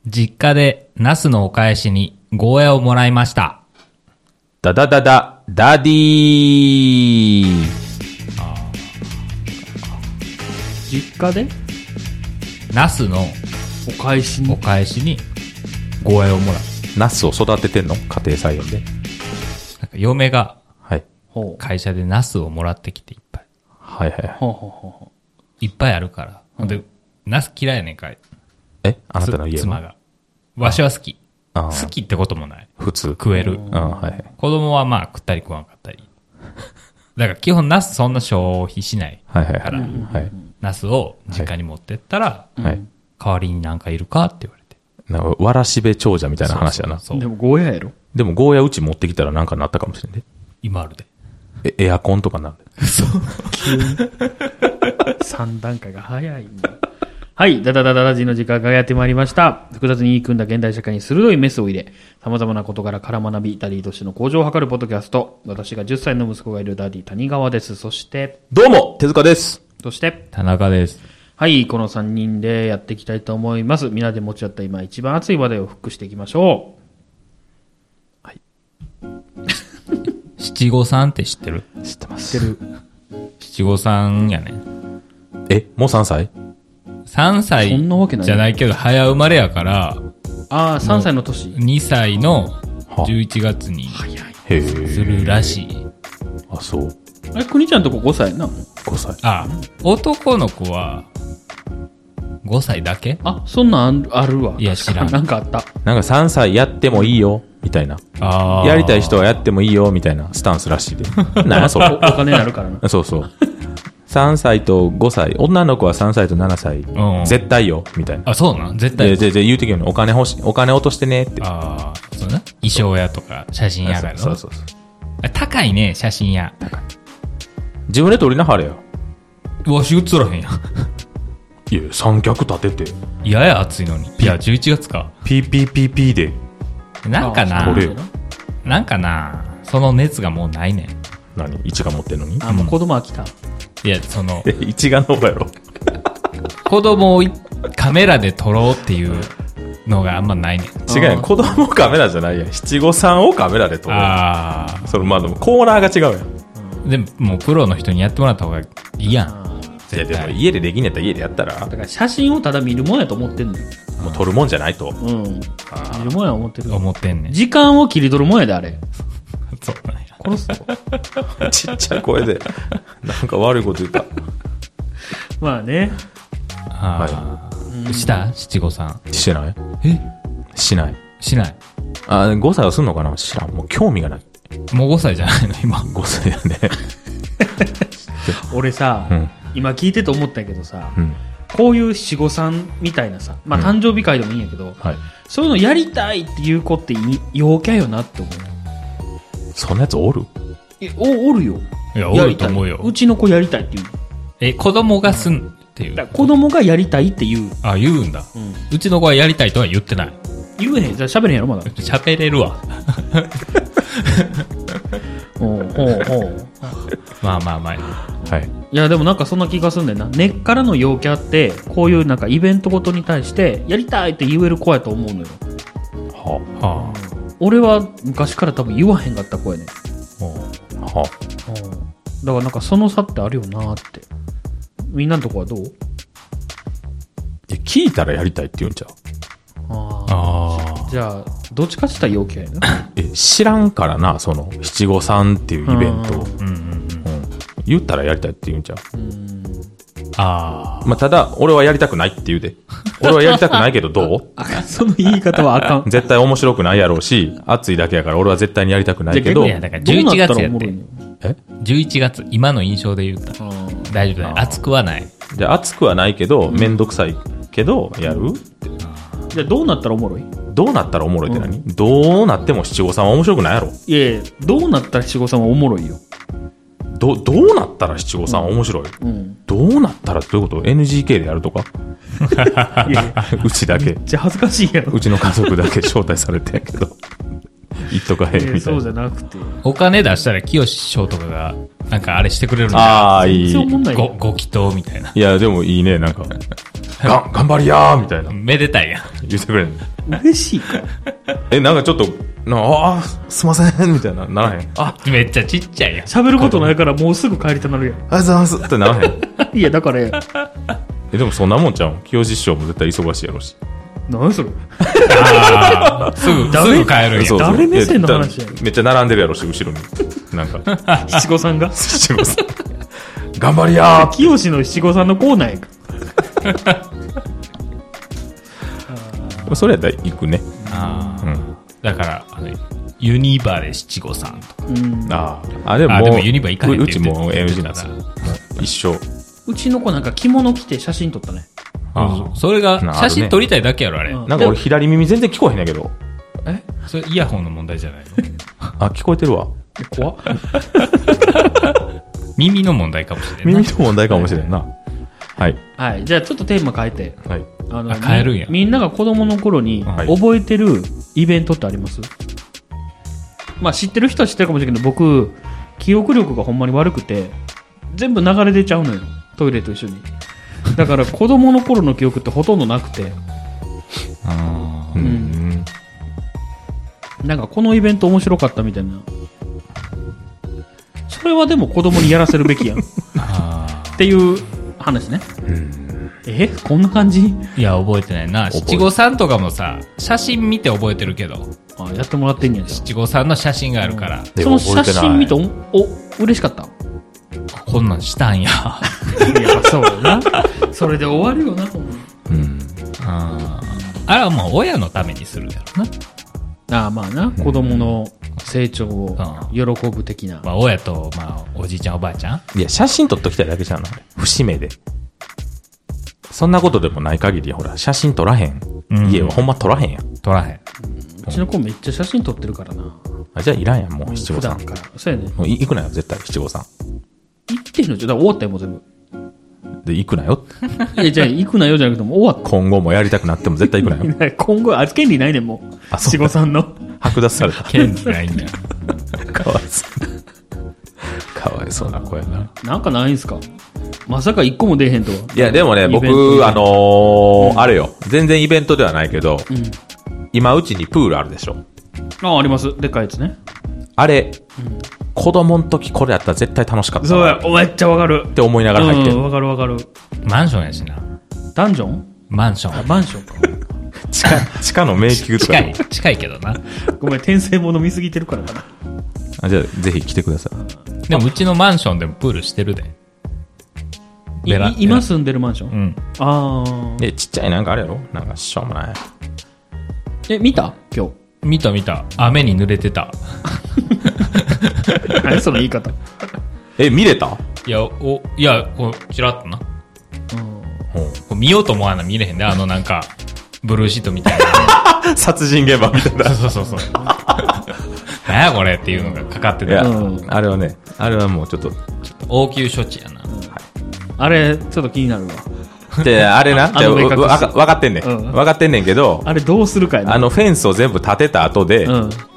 実家でナスのお返しにゴーヤをもらいました。 ダディー。 実家でナスのお返しにゴーヤをもらう。 ナスを育ててんの？家庭菜園で。 なんか嫁がはい。 会社でナスをもらってきていっぱい。 はいはいはい。 ほうほうほうほいっぱいあるから。ほんで、ナス嫌いやねんかい。 あなたの家は妻が。わしは好き。 あ好きってこともない。 普通。 食える。 はいはい。 子供はまあ食ったり食わんかったり。だから基本ナスそんな消費しないはいはいはい。 から、 はい。 ナスを実家に持ってったら、 はい。 代わりになんかいるかって言われて。 なんか、わらしべ長者みたいな話やな。 そうでもゴーヤやろ。 でも、ゴーヤうち持ってきたらなんかなったかもしれんね。 今あるで。 エアコンとかなる。 3段階が早いね。はい。ダダダダラジの時間がやってまいりました。複雑に言い組んだ現代社会に鋭いメスを入れ、様々な事柄から学び、ダディとしての向上を図るポッドキャスト。私が10歳の息子がいるダディ谷川です。そして、 どうも手塚です。 そして、 田中です。 はい。この3人でやっていきたいと思います。みんなで持ち合った今一番熱い話題をフックしていきましょう。 七五三って知ってる？ 知ってます。 知ってる。 七五三やねん。 もう3歳 3歳そんなわけないじゃないけど早生まれやから、 ああ、3歳の年。 2歳の11月にへするらしい。 あ、そう。 くにちゃんとこ5歳なの？ 5歳。 あ、男の子は5歳だけ？ あ、そんなんあるわ。 いや知らんなんかあった。 なんか3歳やってもいいよ、みたいな。 あーやりたい人はやってもいいよ、みたいなスタンスらしいで。なんやそおれ。 金になるからな。 そうそう。3歳と5歳。女の子は3歳と7歳。 うん絶対よ、みたいな。 あ、そうなん絶対。 で言うてきるの。お金落としてねって。 ああ、そうな。衣装屋とか写真屋がの。 そうそう。 高いね、写真屋。 自分で撮りなはれよ。 わし映らへんやん。 いや、三脚立てて。 いやや暑いのに。いや、11月か。 PPPP で。 なんかな撮れよ。 なんかなその熱がもうないねん。 何一が持ってんのにあ、もう子供飽きた。 いや、その、 一がの方やろ。 子供をカメラで撮ろうっていうのがあんまないねん。 違うやん。子供カメラじゃないやん。七五三をカメラで撮る。 ああ。 その、まあでもコーナーが違うやん。 でも、もうプロの人にやってもらった方がいいやん。 いやでも家でできんやったら家でやったら、 だから写真をただ見るもんやと思ってんのよ。 もう撮るもんじゃないと。 うん。見るもんや思ってる。 思ってんねん。 時間を切り取るもんやで、あれ。 そうなんや。 殺すぞ。 ちっちゃい声で、なんか悪いこと言った。 まあね。 ああ。した七五三。 してないえしない。 しない。 あ、5歳はすんのかな知らん。もう興味がない。 もう5歳じゃないの今。 5歳やね。 俺さ、 うん。 今聞いてて思ったんやけどさ、 うん。 こういう七五三みたいなさ、まあ誕生日会でもいいんやけど、 はい。 そういうのやりたいっていう子って陽キャよなって思う。 そんなやつおる？ おるよ。 いや、おると思うよ。 うちの子やりたいって言う。 子供がすんっていう。 だから子供がやりたいって言う。 あ、言うんだ。 うん。 うちの子はやりたいとは言ってない。 言えへん。じゃあ喋れへんやろ、まだ。 喋れるわ。 ほうほうほう。 まあまあまあ。 はい。 いや、でもなんかそんな気がすんねんな。根っからの陽キャって、こういうなんかイベントごとに対して、やりたいって言える子やと思うのよ。 はは俺は昔から多分言わへんかった子やねん。 あ。 あ。はだからなんかその差ってあるよなって。みんなのとこはどう？ 聞いたらやりたいって言うんちゃう？ あああ。じゃあ、どっちかって言ったら陽キャやな。 知らんからな、その、七五三っていうイベントを。 あ。うんうんうん。 言ったらやりたいって言うんちゃう？ あまあ、ただ、俺はやりたくないって言うで。俺はやりたくないけどどう？ その言い方はあかん。 絶対面白くないやろうし、暑いだけやから俺は絶対にやりたくないけどい、や、だから11月やって。 え 11月、今の印象で言ったら。大丈夫だよ。暑くはない。 じゃあ暑くはないけど、めんどくさいけど、やる？ じゃあどうなったらおもろい？ どうなったらおもろいって何？どうなっても七五三は面白くないやろ？ いやいや、どうなったら七五三はおもろいよ。 どうなったら七五三は面白い？ うん。 どうなったらどういうこと？ NGK でやるとか？ いやいや、 うちだけ。 めっちゃ恥ずかしいやろ。 うちの家族だけ招待されてんけど。言っとかへんみたいな。 そうじゃなくて。 お金出したら清志師匠とかが、なんかあれしてくれるんだよ。 ああ、いい。 全然おもんないよ。 ご祈祷みたいな。 いや、でもいいね、なんか。頑張りやーみたいな。 めでたいやん。 言ってくれんの。 嬉しいか。 なんかちょっと、ああ、すいません、みたいな、ならへん。あ、 めっちゃちっちゃいやん。 喋ることないからもうすぐ帰りたなるやん。 ありがとうございますってならへん。 いや、だからや。 でもそんなもんちゃうん。清志師匠も絶対忙しいやろし。 何それ。 ああ、すぐ帰るんや。 そう誰目線の話やいめっちゃ並んでるやろし、後ろに。なんか。 七五三が七五三。頑張りやー。 清の七五三のコーナーやんか。 それやったら行くね。 ああ、 うん。 だからユニバで七五三とか。 でもでもユニバ行かへんってうちも NG なんですよ。もう一生。 うちの子なんか着物着て写真撮ったね。 それが写真撮りたいだけやろ、あれ。 うんなんか俺左耳全然聞こえへんねんけど。 それイヤホンの問題じゃないの？ あ、聞こえてるわ。 怖っ。 耳の問題かもしれない。 耳の問題かもしれんな。はい。 はい。じゃあちょっとテーマ変えて。 はい。 変えるんや。 みんなが子供の頃にはい覚えてるイベントってあります？まあ知ってる人は知ってるかもしれないけど、僕、記憶力がほんまに悪くて、全部流れ出ちゃうのよ。トイレと一緒に。だから子供の頃の記憶ってほとんどなくて、 うん。 なんかこのイベント面白かったみたいな。それはでも子供にやらせるべきやん。っていう話ね。こんな感じ？ いや、覚えてないな。七五三とかもさ、写真見て覚えてるけど、 あ、やってもらってんねや。 七五三の写真があるから、 その写真見て嬉しかった？ こんなんしたんや。 いや、そうな。それで終わるよな、ほんまに。 あれはもう親のためにするやろな。 ああ、まあな、子供の成長を喜ぶ的な。 まあ、親と、まあ、おじいちゃんおばあちゃん。 いや、写真撮っときたいだけじゃんの、あれ。節目で。そんなことでもない限り、ほら、写真撮らへん。家はほんま撮らへんやん。 撮らへん。 うちの子めっちゃ写真撮ってるからな。 じゃあいらんやん、もう七五三。 普段から。そうやね。 もう行くなよ、絶対、七五三。 行ってんのじゃ、だから終わったよ、もう全部。 で、行くなよ。 いや、じゃあ行くなよじゃなくてもう終わっ今後もやりたくなっても絶対行くなよ。 た。今後、権利ないねん、もう。 あそう七五三の。 剥奪された。 権利ないんだよ。 かわいそう。かわいそうな子やな。 なんかないんすか？まさか一個も出えへんとは。 いや、でもね、僕、 イベントあれよ。全然イベントではないけど、今うちにプールあるでしょ。 あります。でっかいやつね。 あれ、子供の時これやったら絶対楽しかったそうや、 なめっちゃわかる。 って思いながら入ってる。 わかるわかる。 マンションやしな。 ダンジョン？ マンション。 マンションか。 地下の迷宮とかでも。 近いけどな。 ごめん、転生物見すぎてるからかな。 じゃあ、ぜひ来てください。 でもうちのマンションでもプールしてるで。 今住んでるマンション？ うん。 ああ。 ちっちゃいなんかあれやろなんかしょうもない。 見た今日。 見た。雨に濡れてた。 何その言い方。 見れた？ いや、こう、ちらっとな。こう見ようと思わな見れへんで、なんか、ブルーシートみたいな。 殺人現場みたいな。 そう。なんやこれっていうのがかかっていや、 た。 あれはね、あれはもうちょっと。 応急処置やな。 あれ、ちょっと気になるわ。 で、あれな、 あの目隠しわかってんねん。わかってんねんけど、 あれどうするかやな。 フェンスを全部立てた後で、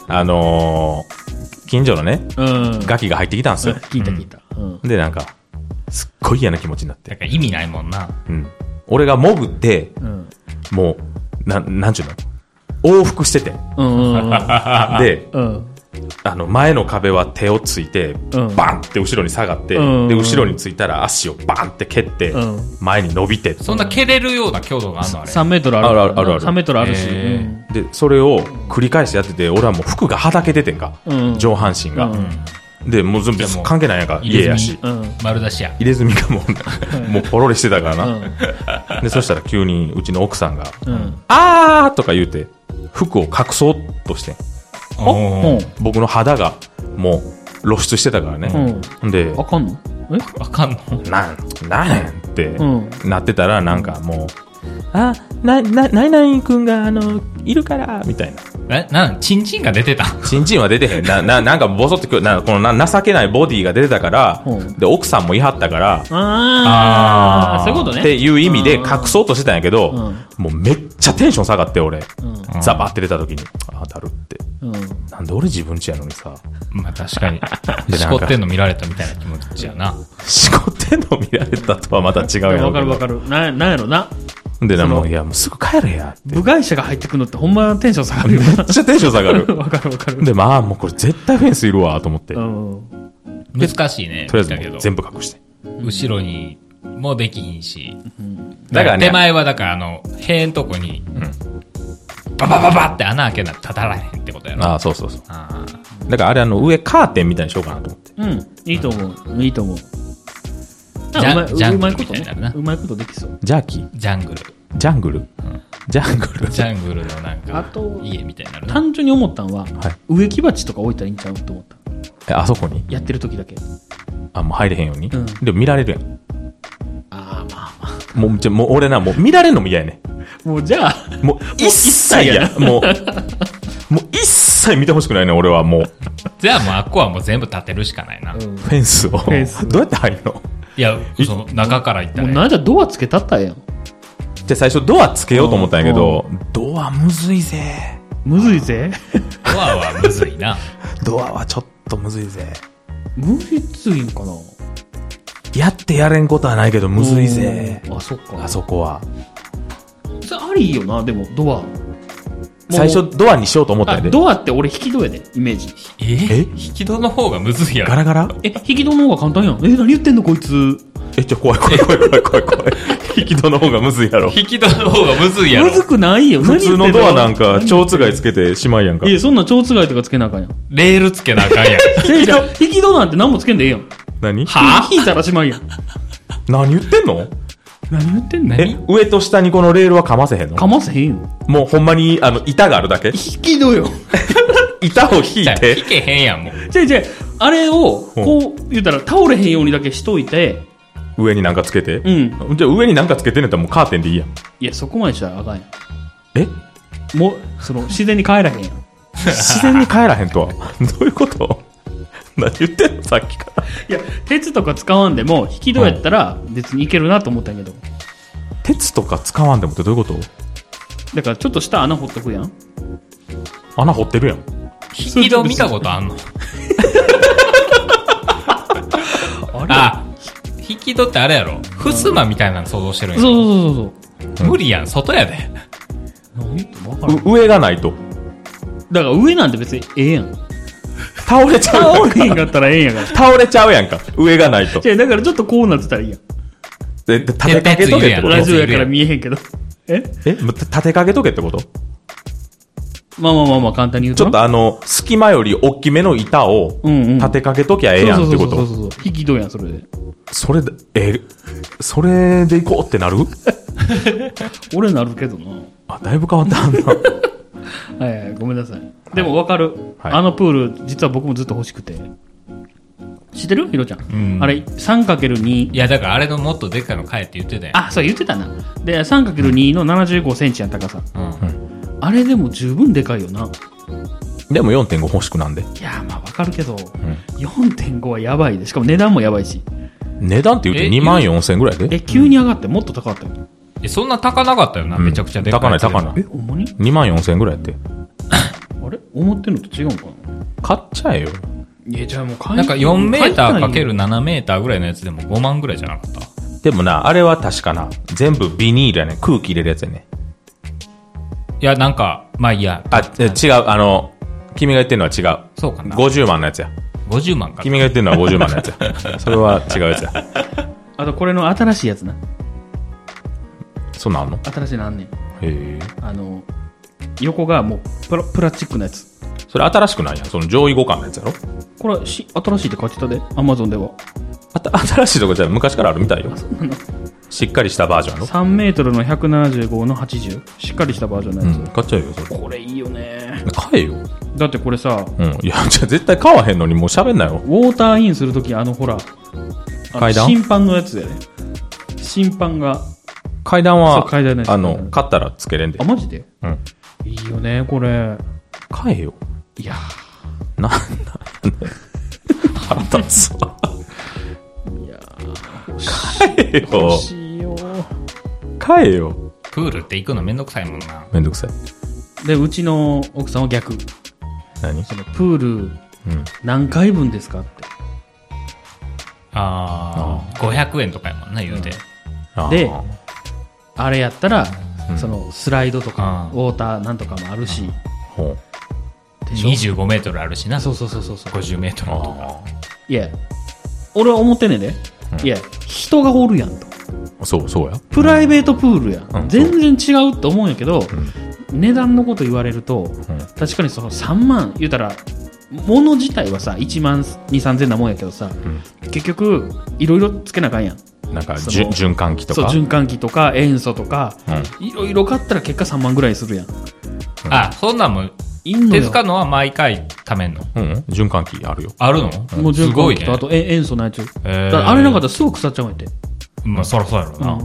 近所のね、ガキが入ってきたんですよ。 聞いた。 で、なんか、すっごい嫌な気持ちになって。 だから意味ないもんな。 俺が潜って、もう、なんちゅうの往復してて。で、前の壁は手をついて、バンって後ろに下がって、で、後ろについたら足をバンって蹴って、前に伸びて。 そんな蹴れるような強度があんのあれ。 3メートルある。 ある。 3メートルあるし。 で、それを繰り返してやってて、俺はもう服がはだけててんか。上半身が。で、もう全部関係ないやんか、家やし。 丸出しや。 入れ墨がもうポロリしてたからな。で、そしたら急にうちの奥さんが、あーとか言うて、服を隠そうとしてん。僕の肌がもう露出してたからね。で、 あかんの？ あかんの？ なんやんってなってたら、なんかもう、何々くんが、いるから、みたいな。 チンチンが出てた。 チンチンは出てへん。なんかボソってこの情けないボディが出てたから、で、奥さんもいはったから、 そういうことね。 っていう意味で隠そうとしてたんやけど、もうめっちゃテンション下がって、俺。ザバって出た時に、だるって。なんで俺自分ちやのにさ。 まあ確かに。しこってんの見られたみたいな気持ちやな。 しこってんの見られたとはまた違うやろ。 わかる。なんやろな。 で、もう、いや、もうすぐ帰れやって。 部外者が入ってくるのってほんまテンション下がるよな。 めっちゃテンション下がる。 わかるわかる。 で、まあ、もうこれ絶対フェンスいるわ、と思って。 難しいね。 とりあえず全部隠して。 後ろにもできひんし。 だからね。 手前はだから塀んとこに、ババババって穴開けな立たらへんってことやろ。 ああ、そうそうそう。だからあれ上カーテンみたいにしようかなと思って。 うん。いいと思う。いいと思う。 ジャングルみたいになるな。 うまいことできそう。 ジャーキージャングル。 ジャングルジャングルジャングルのなんか、家みたいになる。 単純に思ったんは、植木鉢とか置いたらいいんちゃうと思った。 あそこにやってる時だけ。 あ、もう入れへんようにでも見られるやん。 ああ、まあまあ。 もう俺な、もう見られんのも嫌やねもうじゃあ、 もう一切や。もう一切見てほしくないね、俺はもう。 じゃあもうあっこはもう全部立てるしかないな。 フェンスを。どうやって入るの？ いや、その中から行ったら。 もうなんじゃドアつけたったらええやん。 じゃ最初ドアつけようと思ったんやけど、ドアむずいぜ。 むずいぜ。 ドアはむずいな。 ドアはちょっとむずいぜ。 むずいんかな？ やってやれんことはないけどむずいぜ。 あ、そっか。 あそこは。 それありよな、でもドア。 最初ドアにしようと思ったんやで。 ドアって俺引き戸やで、イメージ。 引き戸の方がむずいやろ。 ガラガラ？ 引き戸の方が簡単やん。何言ってんのこいつ。 怖い。引き戸の方がむずいやろ。 引き戸の方がむずいやろ。 むずくないよ。 普通のドアなんか、蝶つがいつけてしまいやんか。 いや、そんな蝶つがいとかつけなあかんやん。 レールつけなあかんやん。 引き戸なんて何もつけんでええやん。 何？ 引いたらしまいやん。 何言ってんの？ 何言ってんの？ 上と下にこのレールはかませへんの？ かませへんよ。 もうほんまに、板があるだけ？ 引き戸よ。 板を引いて。 引けへんやん、もう。 あれを、こう、言ったら倒れへんようにだけしといて、 上になんかつけて？ うん。 じゃあ上になんかつけてんねんったらもうカーテンでいいやん。 いや、そこまでしたらあかんやん。 もう、自然に帰らへんやん。 自然に帰らへんとは。どういうこと？何言ってんのさっきから。 いや、鉄とか使わんでも、引き戸やったら別にいけるなと思ったんやけど。 鉄とか使わんでもってどういうこと？ だからちょっと下穴掘っとくやん。 穴掘ってるやん。 引き戸見たことあんの？引き戸ってあれやろ？襖みたいなの想像してるんやろ？ そう。 無理やん、外やで。 上がないと。 だから上なんて別にええやん。 倒れちゃうやんか。 倒れへんかったらええんやから。 倒れちゃうやんか。上がないと。 だからちょっとこうなってたらいいやん。 立てかけとけってこと？ ラジオやから見えへんけど。 立てかけとけってこと？ まあ、簡単に言うと。 ちょっと隙間より大きめの板を立てかけときゃええやんってこと？ そう。引き戸やん、それで。 それで行こうってなる？ 俺なるけどな。 だいぶ変わったんだ。 はい、ごめんなさい。でも分かる。あのプール、実は僕もずっと欲しくて。知ってる？ひろちゃん。あれ、3×2。 いや、だからあれのもっとでっかいの買えって言ってたやん。 あ、そう言ってたな。で、3×2 の75センチやん、高さ。あれでも十分でかいよな。 でも 4.5 欲しくなんで。 いや、まあ分かるけど、4.5 はやばいで。しかも値段もやばいし。 値段って言うと24,000ぐらいで？ 急に上がってもっと高かったよ。 そんな高なかったよな、めちゃくちゃでかい。 高ない。 ほんまに ?24,000 ぐらいやって。 あれ思ってんのと違うんかな？ 買っちゃえよ。 いや、じゃあもう買いなんか4メーターかける7メーターぐらいのやつでも5万ぐらいじゃなかった？ でもな、あれは確かな、全部ビニールやね。空気入れるやつやね。 いや、なんか、まあいいや。 違う、君が言ってるのは違う。 そうかな。 50万のやつや。 50万か。 君が言ってるのは50万のやつや。それは違うやつや。 あと、これの新しいやつな。 そんなんあんの？ 新しいのあんねん。 へえ。 横がもうプラスチックのやつ。 それ新しくないやん。その上位互換のやつやろ？ これ新しいって書いてたで、アマゾンでは。 新しいとこじゃ昔からあるみたいよ。しっかりしたバージョンやろ？ 3メートルの175の80。しっかりしたバージョンのやつ。 買っちゃうよ、それ。 これいいよね。 買えよ。 だってこれさ、 いや、じゃあ絶対買わへんのにもう喋んなよ。 ウォーターインするとき、ほら、 階段？ 審判のやつやね。審判が。 階段は、 階段のやつ。 買ったらつけれんで。 あ、マジで？ うん。 いいよね、これ。 買えよ。 いやー。なんだね。腹立つわ。 いやー。買えよ。 欲しいよ。 買えよ。 プールって行くのめんどくさいもんな。 めんどくさい。 で、うちの奥さんは逆。 何？ そのプール、何回分ですかって。 500円とかやもんな、言うて。 で、 あれやったら、そのスライドとかウォーターなんとかもあるし、 でしょ25メートルあるしな。 そう 50メートルとか。 いや俺は思ってんねんで、いや人がおるやんと。 そうや。 プライベートプールやん、全然違うと思うんやけど、値段のこと言われると、確かにその3万言うたら物自体はさ1万2、3000なもんやけどさ、結局いろいろつけなあかんやん。 なんか循環器とか、 そう循環器とか塩素とかいろいろ買ったら結果3万ぐらいするやん。 あ、そんなんも手使うのは毎回貯めんの？ 循環器あるよ。 あるの？ もう循環器とあと塩素のやつ。だからあれなかったらすぐ腐っちゃうんやって。 まあそらそうやろな。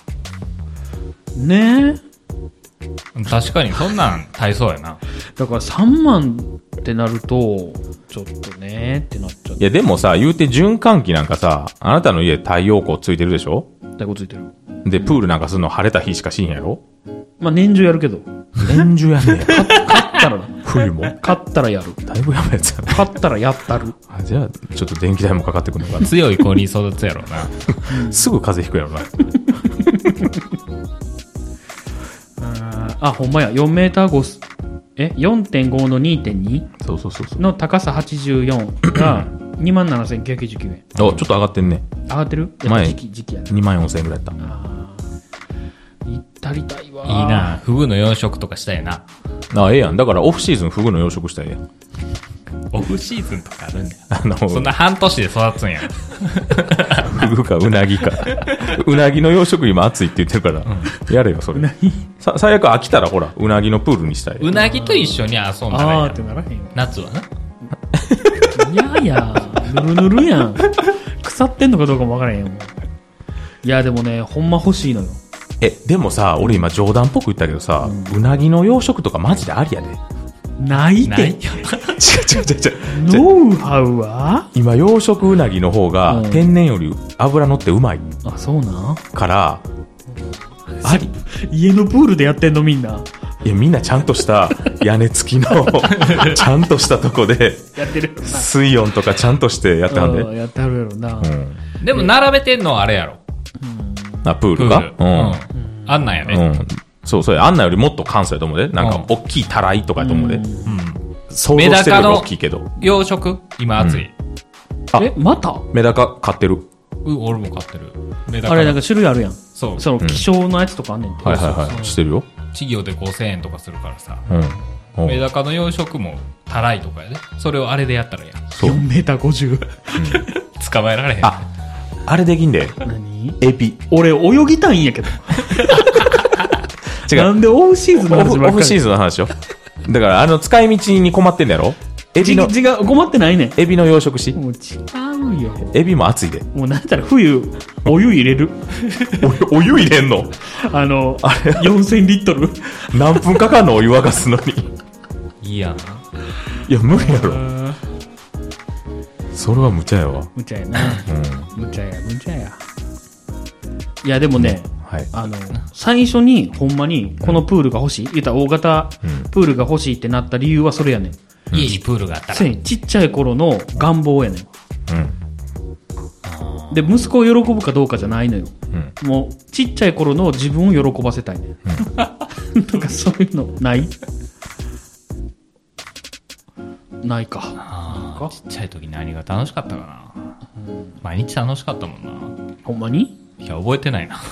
ねえ。確かにそんなん大層やな。 だから3万ってなるとちょっとねってなっちゃう。 いやでもさ、言うて循環器なんかさ、あなたの家太陽光ついてるでしょ？ 太陽光ついてる。 でプールなんかするの晴れた日しかしんやろ？ まあ年中やるけど。 年中やんねや。 買ったらな。 冬も買ったらやる。 だいぶやばいやつやな。 買ったらやったる。 じゃあちょっと電気代もかかってくるのかな。 強い子に育つやろうな。 すぐ風邪ひくやろな。 あ、ほんまや。4メーター5、4.5 の 2.2? そうの高さ84が27,999円。 ちょっと上がってんね。 上がってる？ 前時期やな。 24,000円ぐらいやった。 行ったりたいわ。 いいな。フグの養殖とかしたいな。 ええやん。だからオフシーズンフグの養殖したいやん。 オフシーズンとかあるんだよ。そんな半年で育つんや。 フグかうなぎか。うなぎの養殖今暑いって言ってるから、やれよそれ。最悪飽きたらほらうなぎのプールにしたい。 うなぎと一緒に遊んだらいいってならへんよ。 夏はな。 いやぬるぬるやん。腐ってんのかどうかもわからへんよ。いやでもね、ほんま欲しいのよ。 でもさ、俺今冗談っぽく言ったけどさ、うなぎの養殖とかマジでありやで。 ないって。 違う。 ノウハウは今養殖うなぎの方が天然より脂乗ってうまい。 あ、そうなんからあり。 家のプールでやってんのみんな。 いやみんなちゃんとした屋根付きのちゃんとしたとこでやってる。 水温とかちゃんとしてやってはんで。 やってはるやろな。 でも並べてんのはあれやろ。 プールか。 あんなんやね。 そうあんなよりもっと簡素やと思うで。なんか大きいたらいとかやと思うで。想像してるより大きいけど。 養殖今暑い。 またメダカ飼ってる。 俺も飼ってる。 あれなんか種類あるやん。 そう。 その希少なやつとかあんねんて。 はいしてるよ。 稚魚で5000円とかするからさ。メダカの養殖もたらいとかやで。それをあれでやったらや。 4メーター50。 捕まえられへん。 あれできんで。 何？ エビ。 俺泳ぎたいんやけど。 違う。 なんでオフシーズンの話ばっかり。 オフシーズンの話よ。だから使い道に困ってんだやろ。エビの。 違う、困ってないねん。 エビの養殖し。 もう違うよ。 エビも熱いで。 もうなんたら冬、お湯入れる。 お湯入れんの 4000リットル。 何分かかんのお湯沸かすのに。 いいやん。 いや、無理やろ。それは無茶やわ。 無茶やな。無茶や。いや、でもね、最初にほんまにこのプールが欲しい、言ったら大型プールが欲しいってなった理由はそれやねん。 家にプールがあったら。 ちっちゃい頃の願望やねん。で、息子を喜ぶかどうかじゃないのよ。もう、ちっちゃい頃の自分を喜ばせたいねん。なんかそういうのないないか。 ちっちゃい時何が楽しかったかな。毎日楽しかったもんな。 ほんまに？ いや、覚えてないな。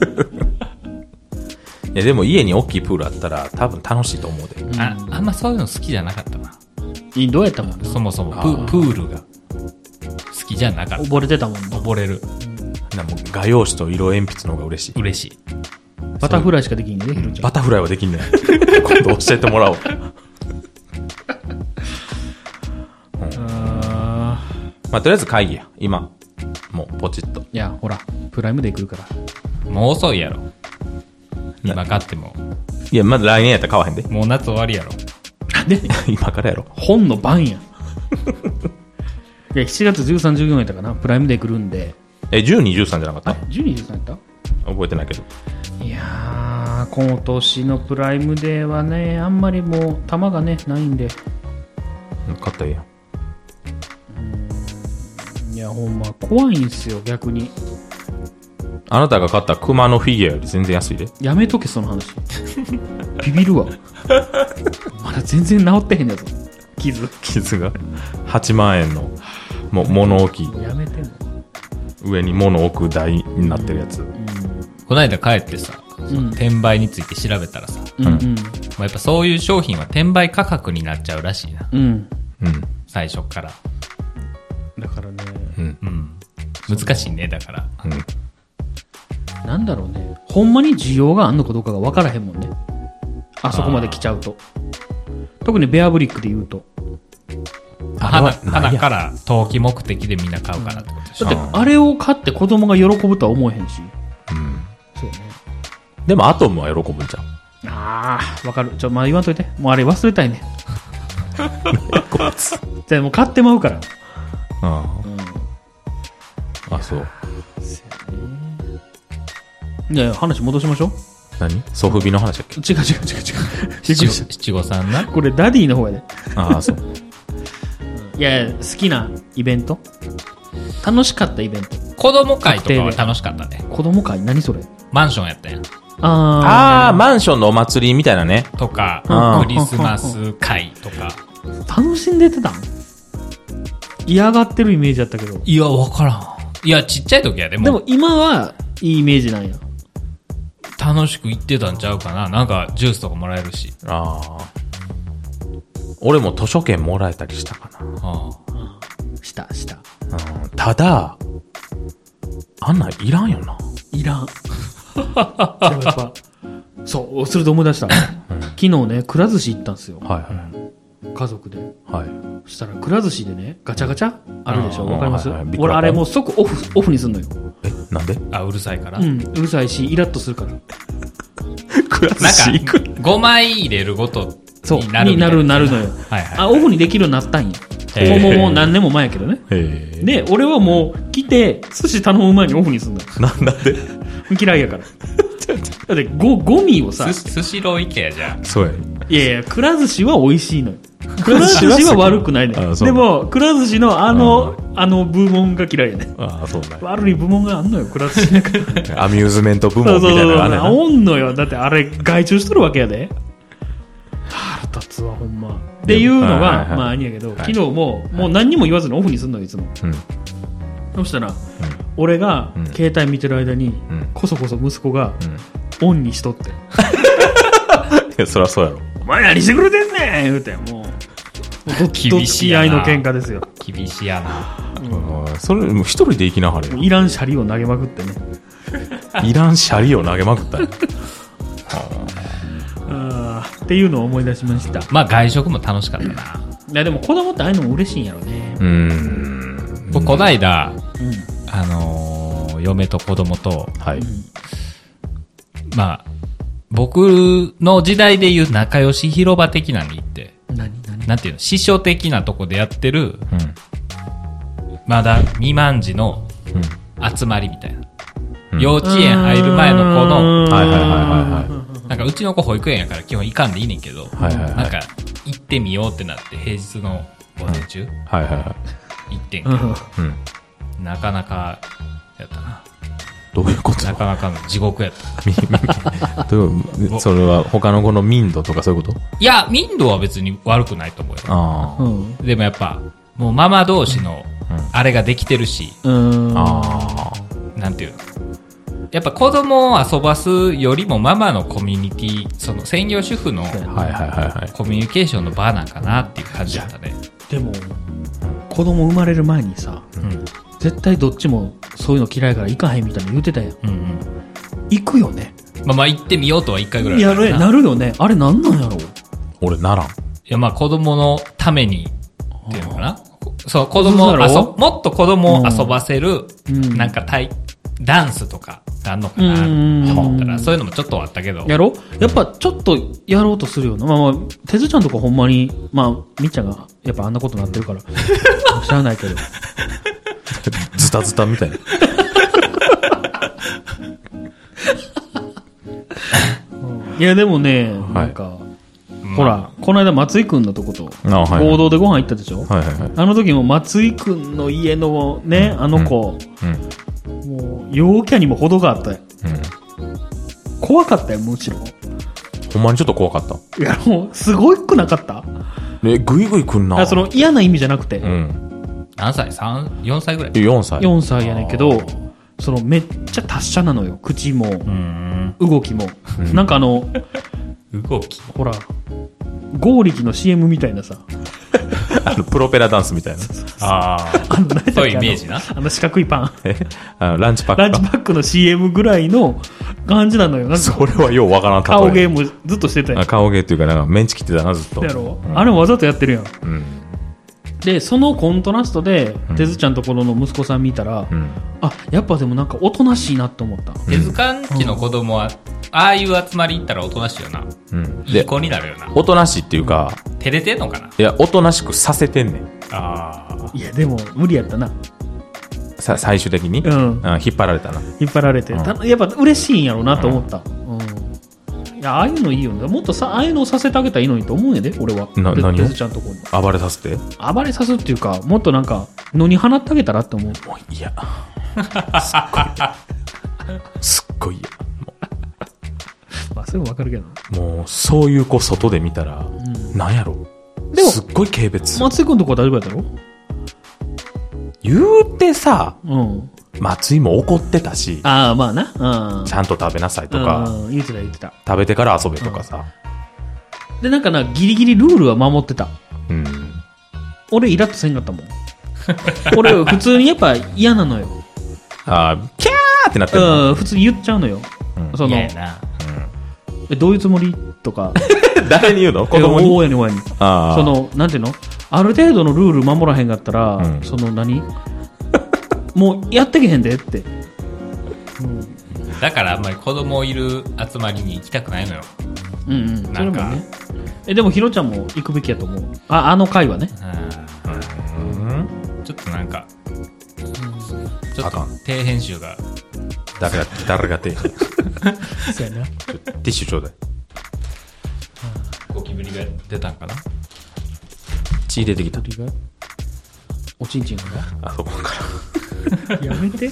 いや、でも家に大きいプールあったら多分楽しいと思うで。 あんまそういうの好きじゃなかったな。 どうやったもんな。 そもそもプールが好きじゃなかった。 溺れてたもんな。 溺れる。 画用紙と色鉛筆の方が嬉しい。 嬉しい。 バタフライしかできんね、ひろちゃん。 バタフライはできんねん。今度教えてもらおう。まあ、とりあえず会議や。今。もうポチッと。 いや、ほら、プライムで来るから。 もう遅いやろ。今買っても。 いや、まだ来年やったら買わへんで。 もう夏終わりやろ。 で今からやろ。 本の番やん。いや、7月13、14やったかな。プライムで来るんで。 12、13じゃなかった？ 12、13やった？ 覚えてないけど。 いやー、今年のプライムデーはね、あんまりもう、玉がね、ないんで。 買ったらええやん。 いや、ほんま、怖いんすよ、逆に。 あなたが買った熊のフィギュアより全然安いで。 やめとけ、その話。ビビるわ。まだ全然治ってへんやつ。 傷が。8万円の、物置。 やめてんの。 上に物置く台になってるやつ。 この間帰ってさ、転売について調べたらさ、まあ、やっぱそういう商品は転売価格になっちゃうらしいな。最初から。 だからね、 難しいね、だから。 なんだろうね。ほんまに需要があんのかどうかが分からへんもんね。あそこまで来ちゃうと。特にベアブリックで言うと。 花から投機目的でみんな買うからってことでしょ。 だってあれを買って子供が喜ぶとは思えへんし。そうね。 でもアトムは喜ぶんちゃう。 ああ、わかる。まあ言わんといて。もうあれ忘れたいね。じゃあもう買ってまうから。 あ、そう。 いや、話戻しましょう。 何？ソフビの話だっけ？ 違う。 七五三な。 これダディの方やで。 ああ、そう。 いや、好きなイベント？楽しかったイベント。 子供会とかは楽しかったね。 子供会？何それ？ マンションやったやん。 ああ、マンションのお祭りみたいなね。 とか、クリスマス会とか。 楽しんでてたん？嫌がってるイメージだったけど。 いや、わからん。いや、ちっちゃい時やでも。 でも今はいいイメージなんや。 楽しく行ってたんちゃうかな。なんかジュースとかもらえるし。 ああ。俺も図書券もらえたりしたかな。 した。 ただ、あんなんいらんよな。 いらん。でもやっぱ、そう、それで思い出した。昨日ね、くら寿司行ったんですよ。家族で。そしたら、くら寿司でね、ガチャガチャあるでしょ。わかります？俺、あれもう即オフにすんのよ。 なんで？ うるさいから。 うるさいし、イラッとするから。 くら寿司行く。 5枚入れるごとになるのよ。オフにできるようになったんや。もう何年も前やけどね。で、俺はもう来て、寿司頼む前にオフにすんだよ。 なんで？ 嫌いやから。だってゴミをさ。 スシロー行けやじゃん。 そうや。 いや、くら寿司は美味しいのよ。くら寿司は悪くないね。でも、くら寿司のあの部門が嫌いやね。 そうだ。 悪い部門があんのよ、くら寿司なんか。 アミューズメント部門みたいなのがあんねんな。 おんのよ。だってあれ、外注しとるわけやで。腹立つわ、ほんま。っていうのが、まあ、いいんやけど、昨日もう何にも言わずにオフにすんのよ、いつも。そしたら、俺が携帯見てる間に、こそこそ息子が、オンにしとって。いや、そりゃそうやろ。 お前何してくれてんねん言うて、もう、 厳しいやな。 合いの喧嘩ですよ。 厳しいやな。 それ、もう一人で行きなはれよ。 いらんシャリを投げまくってね。 いらんシャリを投げまくったよ。 っていうのを思い出しました。 まあ外食も楽しかったな。 いやでも子供ってああいうのも嬉しいんやろね。 僕こないだ、嫁と子供と、まあ僕の時代でいう仲良し広場的なのに行って、なんていうの、師匠的なとこでやってる、まだ未満児の集まりみたいな。幼稚園入る前の子の、なんかうちの子保育園やから基本行かんでいいねんけど、なんか行ってみようってなって平日の午前中、行ってんけど、なかなかやったな。 どういうこと？ なかなかの地獄やった。 それは他の子の民度とかそういうこと？ いや、民度は別に悪くないと思うよ。でもやっぱ、もうママ同士のあれができてるし、なんていうの、やっぱ子供を遊ばすよりもママのコミュニティ、その専業主婦のコミュニケーションの場なんかなっていう感じだったね。 でも子供生まれる前にさ、絶対どっちもそういうの嫌いから行かへんみたいな言うてたやん。行くよね。 まあ行ってみようとは一回ぐらいやるなるよね。あれなんなんやろう。 俺ならん。いやまあ子供のためにっていうのかな。そう子供をもっと子供を遊ばせるなんかダンスとかがあんのかなと思ったら、そういうのもちょっとあったけど。 やろ？やっぱちょっとやろうとするよな。まあ、てずちゃんとかほんまに、まあ、みっちゃんがやっぱあんなことなってるから、知らないけど。 ズタズタみたいな。 いや、でもね、なんか、ほら、この間松井くんのとこと合同でご飯行ったでしょ。あの時も松井くんの家のね、あの子、もう陽キャにも程があったよ。怖かったよ、むしろ。 ほんまにちょっと怖かった。 いや、もう、すごくなかった？ ぐいぐい来んな。 その嫌な意味じゃなくて。 何歳 ?4 歳ぐらい ?4 歳。 4歳やねんけど、そのめっちゃ達者なのよ。口も、動きも。なんか動き。ほら、ゴーリキの CM みたいなさ。 プロペラダンスみたいな。 そういうイメージな。 四角いパン。 ランチパック。 ランチパックの CM ぐらいの感じなのよ。 それはようわからん。 顔芸もずっとしてたやん。 顔芸っていうか、なんかメンチ切ってたな、ずっと。 やろ。あれもわざとやってるやん。で、そのコントラストで、てずちゃんところの息子さん見たら、やっぱでもなんかおとなしいなって思った。 手塚んちの子供は、ああいう集まり行ったらおとなしいよな。いい子になるよな。 おとなしいっていうか、 照れてんのかな。 いや、おとなしくさせてんねん。 いや、でも無理やったな。 最終的に、引っ張られたな。 引っ張られて。やっぱ嬉しいんやろうなと思った。いや、ああいうのいいよね。もっとああいうのをさせてあげたらいいのにと思うんやで、俺は。 何をてずちゃんとこに暴れさせて暴れさすっていうか、もっとなんか、野に放ってあげたらって思う。 もういや。すっごい嫌。 まあ、それもわかるけど。 もう、そういう子外で見たら、なんやろ。でも、すっごい軽蔑。 松井くんとこは大丈夫やったろ？ 言うてさ、松井も怒ってたし、 まあな。 ちゃんと食べなさいとか、 言ってた。 食べてから遊べとかさ。 で、なんかな、ギリギリルールは守ってた。俺、イラッとせんかったもん。俺、普通にやっぱ嫌なのよ。 キャーってなってる。 普通に言っちゃうのよ。その、どういうつもりとか。 誰に言うの？子供に。 親に。その、なんていうの？ある程度のルール守らへんかったら、そのもうやってけへんでって。 だからあんまり子供いる集まりに行きたくないのよ。 なんか。でもひろちゃんも行くべきやと思う。あの会はね。 ちょっとなんか、ちょっと低編集が。 誰が低編集。 そうやな。 ティッシュちょうだい。 ゴキブリが出たんかな？ 血出てきた。 おちんちんが？ あそこからやめて。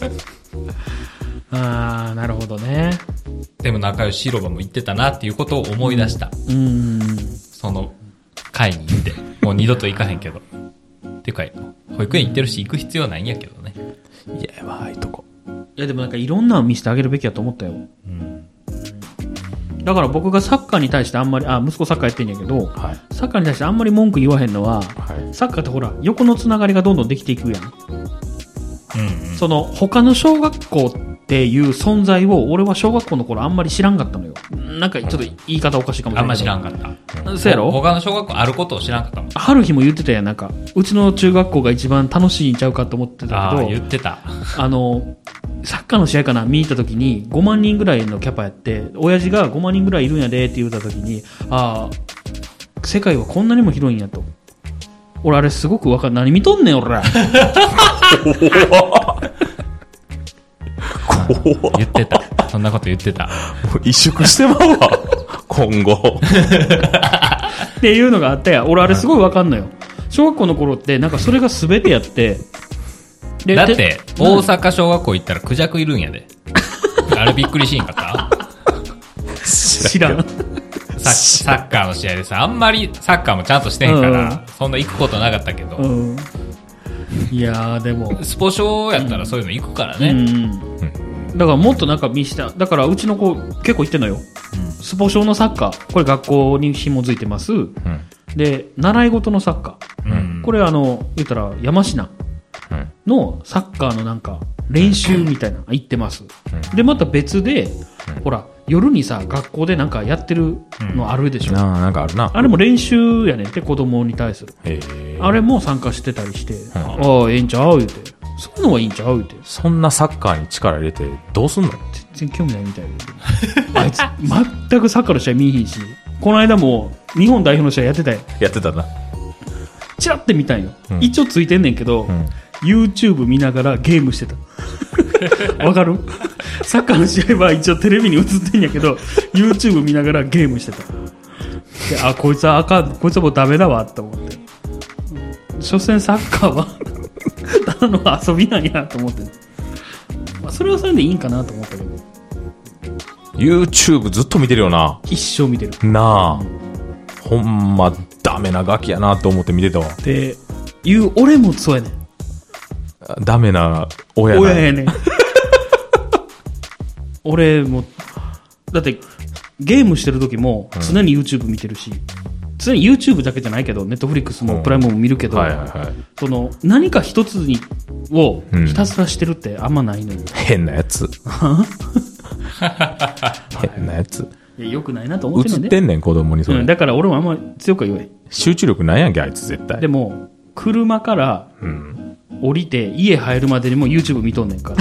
なるほどね。 でも仲良し広場も行ってたなっていうことを思い出した。その会に行って、もう二度と行かへんけど。っていうか、保育園行ってるし行く必要ないんやけどね。 いや、やばいとこ。 いやでもなんかいろんなの見せてあげるべきやと思ったよ。だから僕がサッカーに対してあんまり、息子サッカーやってんやけど、サッカーに対してあんまり文句言わへんのは、サッカーってほら、横のつながりがどんどんできていくやん。その、他の小学校っていう存在を、俺は小学校の頃あんまり知らんかったのよ。なんかちょっと言い方おかしいかもしれない。 あんま知らんかった。 そうやろ？ 他の小学校あることを知らんかったもん。 春日も言ってたやん、なんか、うちの中学校が一番楽しいんちゃうかと思ってたけど、 言ってた。 サッカーの試合かな見に行った時に5万人ぐらいのキャパやって、親父が5万人ぐらいいるんやでって言った時に、世界はこんなにも広いんやと。俺あれすごくわかる。何見とんねん、俺ら。 言ってた。そんなこと言ってた。 もう萎縮してまうわ。今後。 っていうのがあったや。俺あれすごいわかんのよ。小学校の頃ってなんかそれが全てやって、 だって、大阪小学校行ったらクジャクいるんやで。あれびっくりしんかった知らん。 サッカーの試合でさ、あんまりサッカーもちゃんとしてへんから、そんな行くことなかったけど。 いやーでも。 スポ少やったらそういうの行くからね。 だからもっとなんか見した。だからうちの子結構行ってんのよ。スポ少のサッカー。これ学校に紐づいてます。で、習い事のサッカー。これ言ったら山科のサッカーのなんか練習みたいなの行ってます。で、また別で、ほら、夜にさ、学校でなんかやってるのあるでしょ。 なんかあるな。 あれも練習やねんって、子供に対する。あれも参加してたりして、ええんちゃう言うて。そういうのはいいんちゃう言うて。 そんなサッカーに力入れてどうすんの？ 全然興味ないみたいで。あいつ、全くサッカーの試合見えへんし、この間も日本代表の試合やってたよ。 やってたな。 チラって見たんよ。一応ついてんねんけど、YouTube 見ながらゲームしてた。わかる？サッカーの試合は一応テレビに映ってんやけど、YouTube 見ながらゲームしてた。で、こいつはこいつはもうダメだわって思って。所詮サッカーはただの遊びなんやと思って。 まあ、それはそれでいいんかなと思ったけど。 YouTube ずっと見てるよな。 一生見てる。 なあ。ほんま、ダメなガキやなと思って見てたわ。 っていう、俺もそうやねん。 ダメな親やねん。俺も、だって、ゲームしてる時も常に YouTube 見てるし、常に YouTube だけじゃないけど、Netflix もプライムも見るけど、その、何か一つをひたすらしてるってあんまないのよ。 変なやつ。変なやつ。 いや、よくないなと思ってんねんで。 映ってんねん、子供にそれ。 だから俺もあんま強くは言えん。 集中力ないやんけ、あいつ絶対。 でも、車から降りて家入るまでにも YouTube 見とんねんから。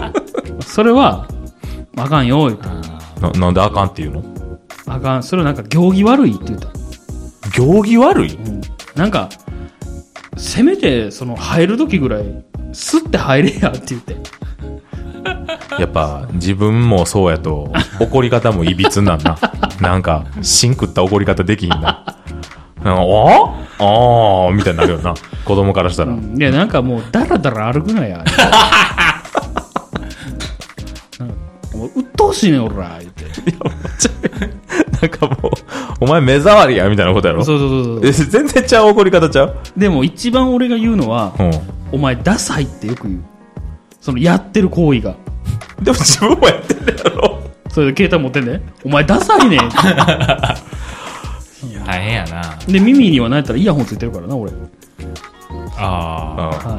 それは、あかんよ、言うて。 なんであかんって言うの？ あかん。それはなんか行儀悪いって言った。 行儀悪い？ なんか、せめて、その、入る時ぐらい、スッて入れやって言って。 やっぱ、自分もそうやと、怒り方もいびつなんな。なんか、シン食った怒り方できひんな。あみたいになるよな。子供からしたら。 いや、なんかもう、だらだら歩くなや。うっとうしいねん、俺ら、言って。 なんかもう、お前目障りや、みたいなことやろ。 そう。 全然ちゃう怒り方ちゃう？ でも一番俺が言うのは、お前ダサいってよく言う。その、やってる行為が。 でも自分もやってんだやろ。 それで携帯持ってんね。お前ダサいねん。 大変やな。 で、耳には何やったらイヤホンついてるからな、俺。 はい。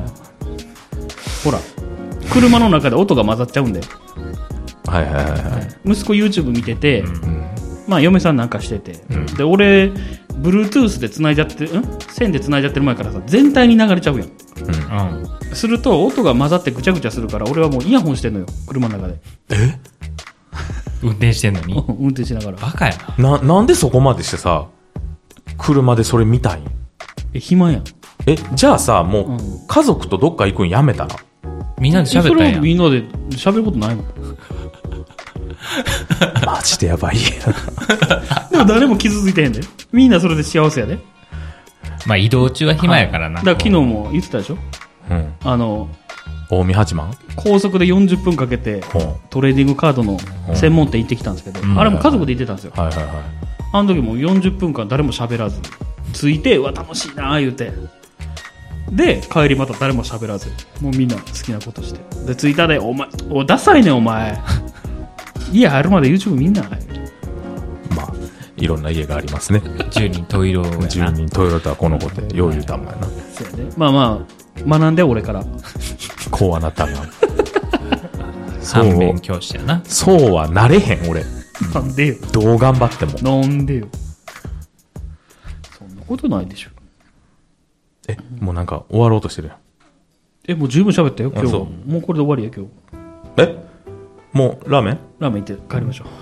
ほら、車の中で音が混ざっちゃうんで。 はい。 息子 YouTube 見てて、まあ嫁さんなんかしてて、で俺 Bluetooth で繋いじゃって線で繋いじゃってる前からさ全体に流れちゃうやん、すると音が混ざってぐちゃぐちゃするから俺はもうイヤホンしてんのよ、車の中で。 運転してんのに運転しながら。 バカやなんでそこまでしてさ車でそれ見たいん？ 暇やん。 じゃあさもう、家族とどっか行くんやめたらみんなで喋ったんや。 それはみんなで喋ることないもん。 マジでやばいでも誰も傷ついてへんで。みんなそれで幸せやで。 まあ移動中は暇やからな。 だから昨日も言ってたでしょ、 近江八幡高速で40分かけてトレーディングカードの専門店行ってきたんですけど、あれも家族で行ってたんですよ。あの時も40分間誰も喋らず着いて、うわ楽しいな言うて、で帰りまた誰も喋らず、もうみんな好きなことして、で着いたで、お前ダサいねんお前家入るまで YouTube 見んな。 まあいろんな家がありますね。 10人十色やな。 10人十色とはこの子でよう言うたもんやな。 そうやね。まあ学んで俺からこうはなったな。 反面教師やな。 そうはなれへん俺。 なんでよ。 どう頑張っても。 なんでよ。そんなことないでしょ。 もうなんか終わろうとしてるやん。 もう十分喋ったよ今日。もうこれで終わりや今日。 もうラーメン行って帰りましょう。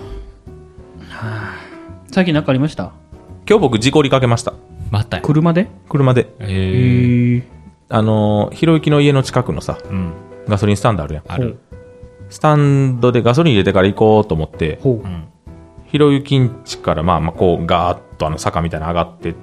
最近何かありました？ 今日僕事故りかけました。 また車でひろゆきの家の近くのさ、ガソリンスタンドあるやん。 ある。 スタンドでガソリン入れてから行こうと思って、ひろゆきんちからこうガーッと坂みたいなの上がってって、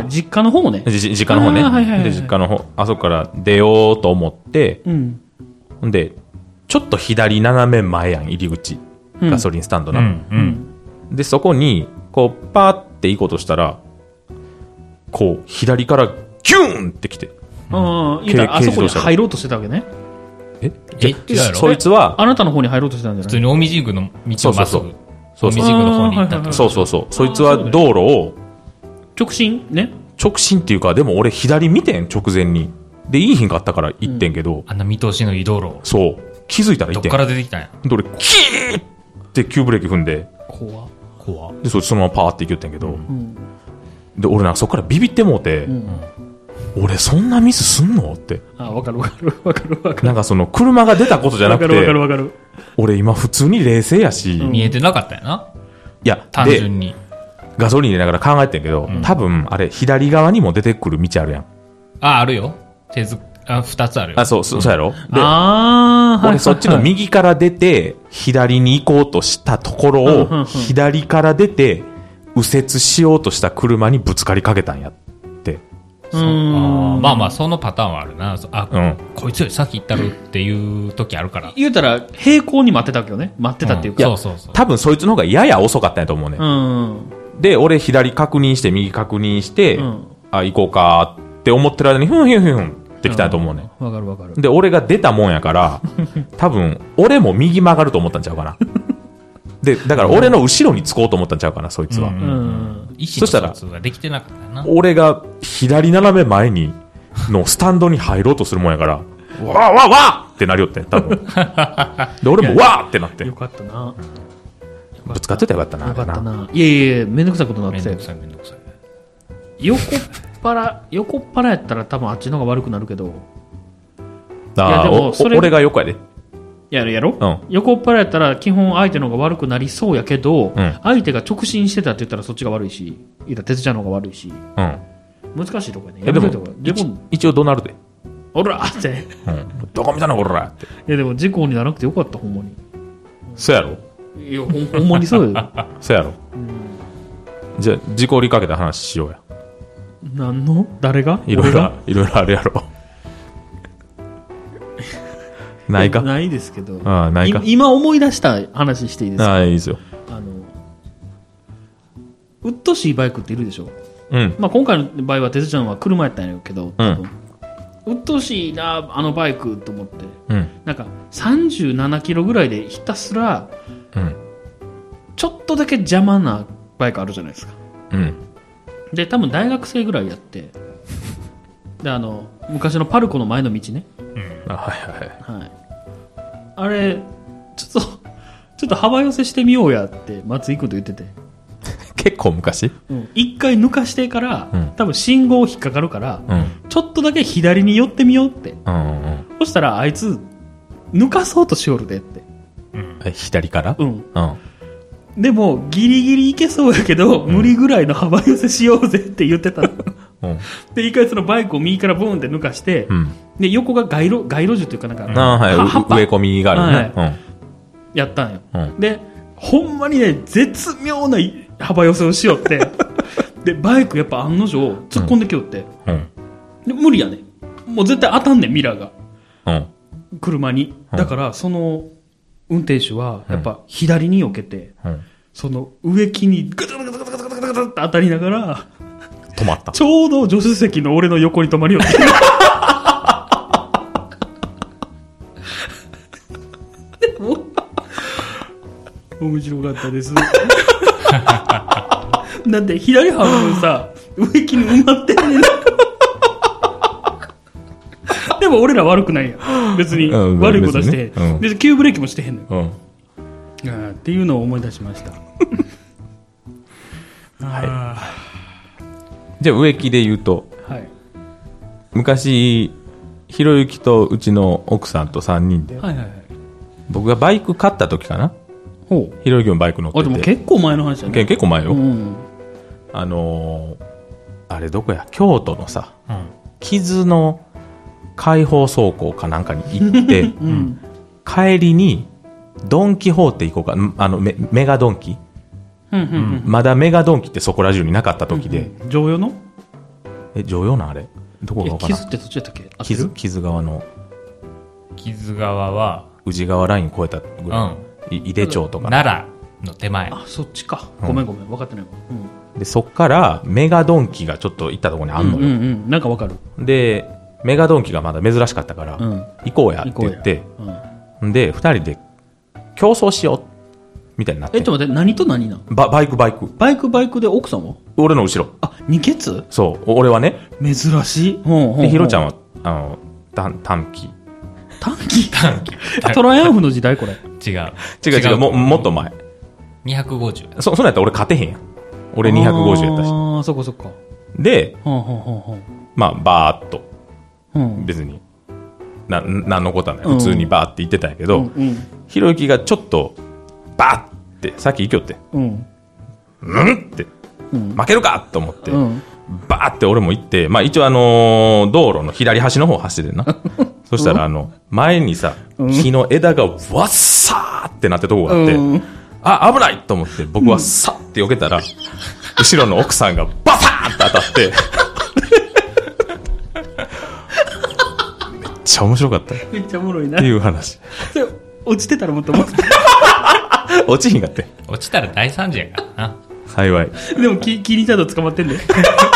実家の方ね。 実家の方ね。で実家の方、あそこから出ようと思って、でちょっと左斜め前やん入り口、ガソリンスタンドな、でそこにこうパーって行こうとしたら、こう左からギューンってきて、 あそこに入ろうとしてたわけね。 そいつはあなたの方に入ろうとしてたんじゃない？ 普通に近江神宮の道をまっすぐ近江神宮の方に行ったと。 そうそいつは道路を直進っていうか、でも俺左見てん直前にでいいひんかったから行ってんけど、 あんな見通しのいい道路そう気づいたら行ってん。 どっから出てきたんや。 で俺キーって急ブレーキ踏んで、 怖でそのままパーって行きよってんけど、で俺なんかそっからビビってもうて、俺そんなミスすんのって。 わかる。 なんかその車が出たことじゃなくて、 わかる。 俺今普通に冷静やし、 見えてなかったよな。 いや単純にガソリン入れながら考えてんけど、多分あれ左側にも出てくる道あるやん。 あるよ。2つあるよ。 そうやろ。で、 俺そっちの右から出て左に行こうとしたところを左から出て右折しようとした車にぶつかりかけたんやって。 まあまあ、そのパターンはあるな。こいつより先行ったるっていう時あるから。 言うたら、平行に待ってたわけよね。待ってたっていうか。 そう。多分そいつの方がやや遅かったんやと思うね。で、俺左確認して、右確認して、行こうかって思ってる間に、ふんってきたんやと思うね。 わかる。 で、俺が出たもんやから、多分、俺も右曲がると思ったんちゃうかな。で、だから俺の後ろにつこうと思ったんちゃうかな、そいつは。 そしたら、できてなかったな。 俺が左斜め前に、のスタンドに入ろうとするもんやから、わってなりよってん、多分。で、俺もわーってなって。 よかったな。 ぶつかってたらよかったな。 よかったな。いや、めんどくさいことになってたよ。 めんどくさい。 横っ腹やったら多分あっちの方が悪くなるけど。 いや、でも、俺が横やで。 やろ、横っ腹やったら基本相手の方が悪くなりそうやけど、相手が直進してたって言ったらそっちが悪いし、哲ちゃんの方が悪いし、難しいとこやね。 でも一応怒鳴るで。 おらって、 どこ見たのおらって。 いやでも事故にならなくてよかった、ほんまに。 そうやろ。 いや、ほんまにそうよ。 そうやろ。じゃあ事故りかけた話しようや。 何の誰がいろいろあるやろ。ないかないですけど。 ないか。 今思い出した話していいですか？ いいですよ。 うっとしいバイクっているでしょ。まあ今回の場合は哲ちゃんは車やったんやけど、うっとしいなあのバイクと思って、なんか37キロぐらいでひたすら、ちょっとだけ邪魔なバイクあるじゃないですか。で多分大学生ぐらいやって、で昔のパルコの前の道ね。あれちょっと幅寄せしてみようやって松井君と言ってて。 結構昔？ 一回抜かしてから、多分信号引っかかるから、ちょっとだけ左に寄ってみようって。そしたらあいつ抜かそうとしよるでって。 左から？ でもギリギリいけそうやけど、無理ぐらいの幅寄せしようぜって言ってたの。で一回そのバイクを右からブーンって抜かして、で横が街路樹っていうかなんか、 植え込みがあるね、 やったんよ、でほんまにね絶妙な幅寄せをしよってでバイクやっぱ案の定突っ込んできよって、で無理やね、もう絶対当たんねんミラーが、車に。だからその運転手はやっぱ左に避けて、その植木にグタグタグタグタグタグタって当たりながら止まった。 ちょうど助手席の俺の横に止まりよってでも面白かったですだって左半分さ植木に埋まってんねんでも俺ら悪くないやん別に、悪いことしてへん、別に急ブレーキもしてへんのよ、っていうのを思い出しましたじゃあ植木で言うと、昔ひろゆきとうちの奥さんと3人で、僕がバイク買った時かな、ひろゆきもバイク乗ってて、 でも結構前の話だね。 結構前よ、あれどこや、京都のさ、木津の開放倉庫かなんかに行って、帰りにドンキホーテ行こうか、メガドンキ、まだメガドンキってそこら中になかった時で、 常用の常用なんあれどこが分からん。 木津ってどっちだったっけ？ 木津川の木津川は宇治川ライン越えたぐらい、井手町とか奈良の手前。 そっちか、ごめん分かってないわ、 でそっからメガドンキがちょっと行ったところにあんのよ、 なんか分かる。 でメガドンキがまだ珍しかったから、行こうやって言って、で2人で競争しようみたいになって。 ちょっと待って、何と何な？ バイクで奥さんは？ 俺の後ろ。 二血？ そう、俺はね。 珍しい。 でヒロちゃんは短期トライアンフの時代これ？ 違うもっと前。 250。 そんなんやったら俺勝てへんやん。俺250やったし。 そっか。 で、まあバーっと、別に何のことはない、普通にバーって言ってたんやけど、ひろゆきがちょっとバーってさっき行きよって、って負けるかと思って、バーって俺も行って、まあ一応道路の左端の方走ってるな。そしたら前にさ、木の枝がわっさーってなってとこがあって、危ないと思って僕はさって避けたら、後ろの奥さんがバサーって当たってちゃ面白かった。 めっちゃおもろいな。 っていう話。 落ちてたらもっと思って落ちひんかって。 落ちたら大惨事やからな。 幸い。 でも気に入ったと捕まってんで。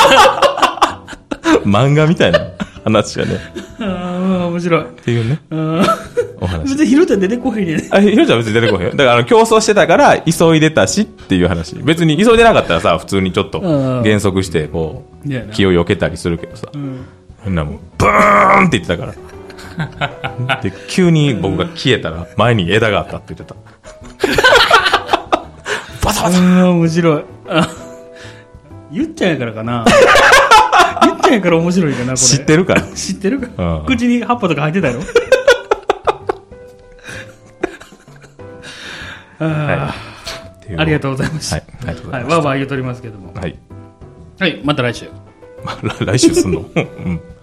漫画みたいな話やね。 ああ、面白い。 っていうね。お話。 別にヒロちゃん出てこへんねん。 ヒロちゃん別に出てこへん。だから競争してたから急いでたしっていう話。別に急いでなかったらさ、普通にちょっと減速してこう気を避けたりするけどさ。みんなもうブーンって言ってたから。で急に僕が消えたら前に枝があったって言ってた。バサバサ。 面白い。ゆっちゃんやからかな。ゆっちゃんやから面白いかなこれ。 知ってるから。 知ってるか。口に葉っぱとか入ってたやろ。ありがとうございました。はい、わーわー言うとりますけども。はい。はい、また来週。 来週すんの？うん。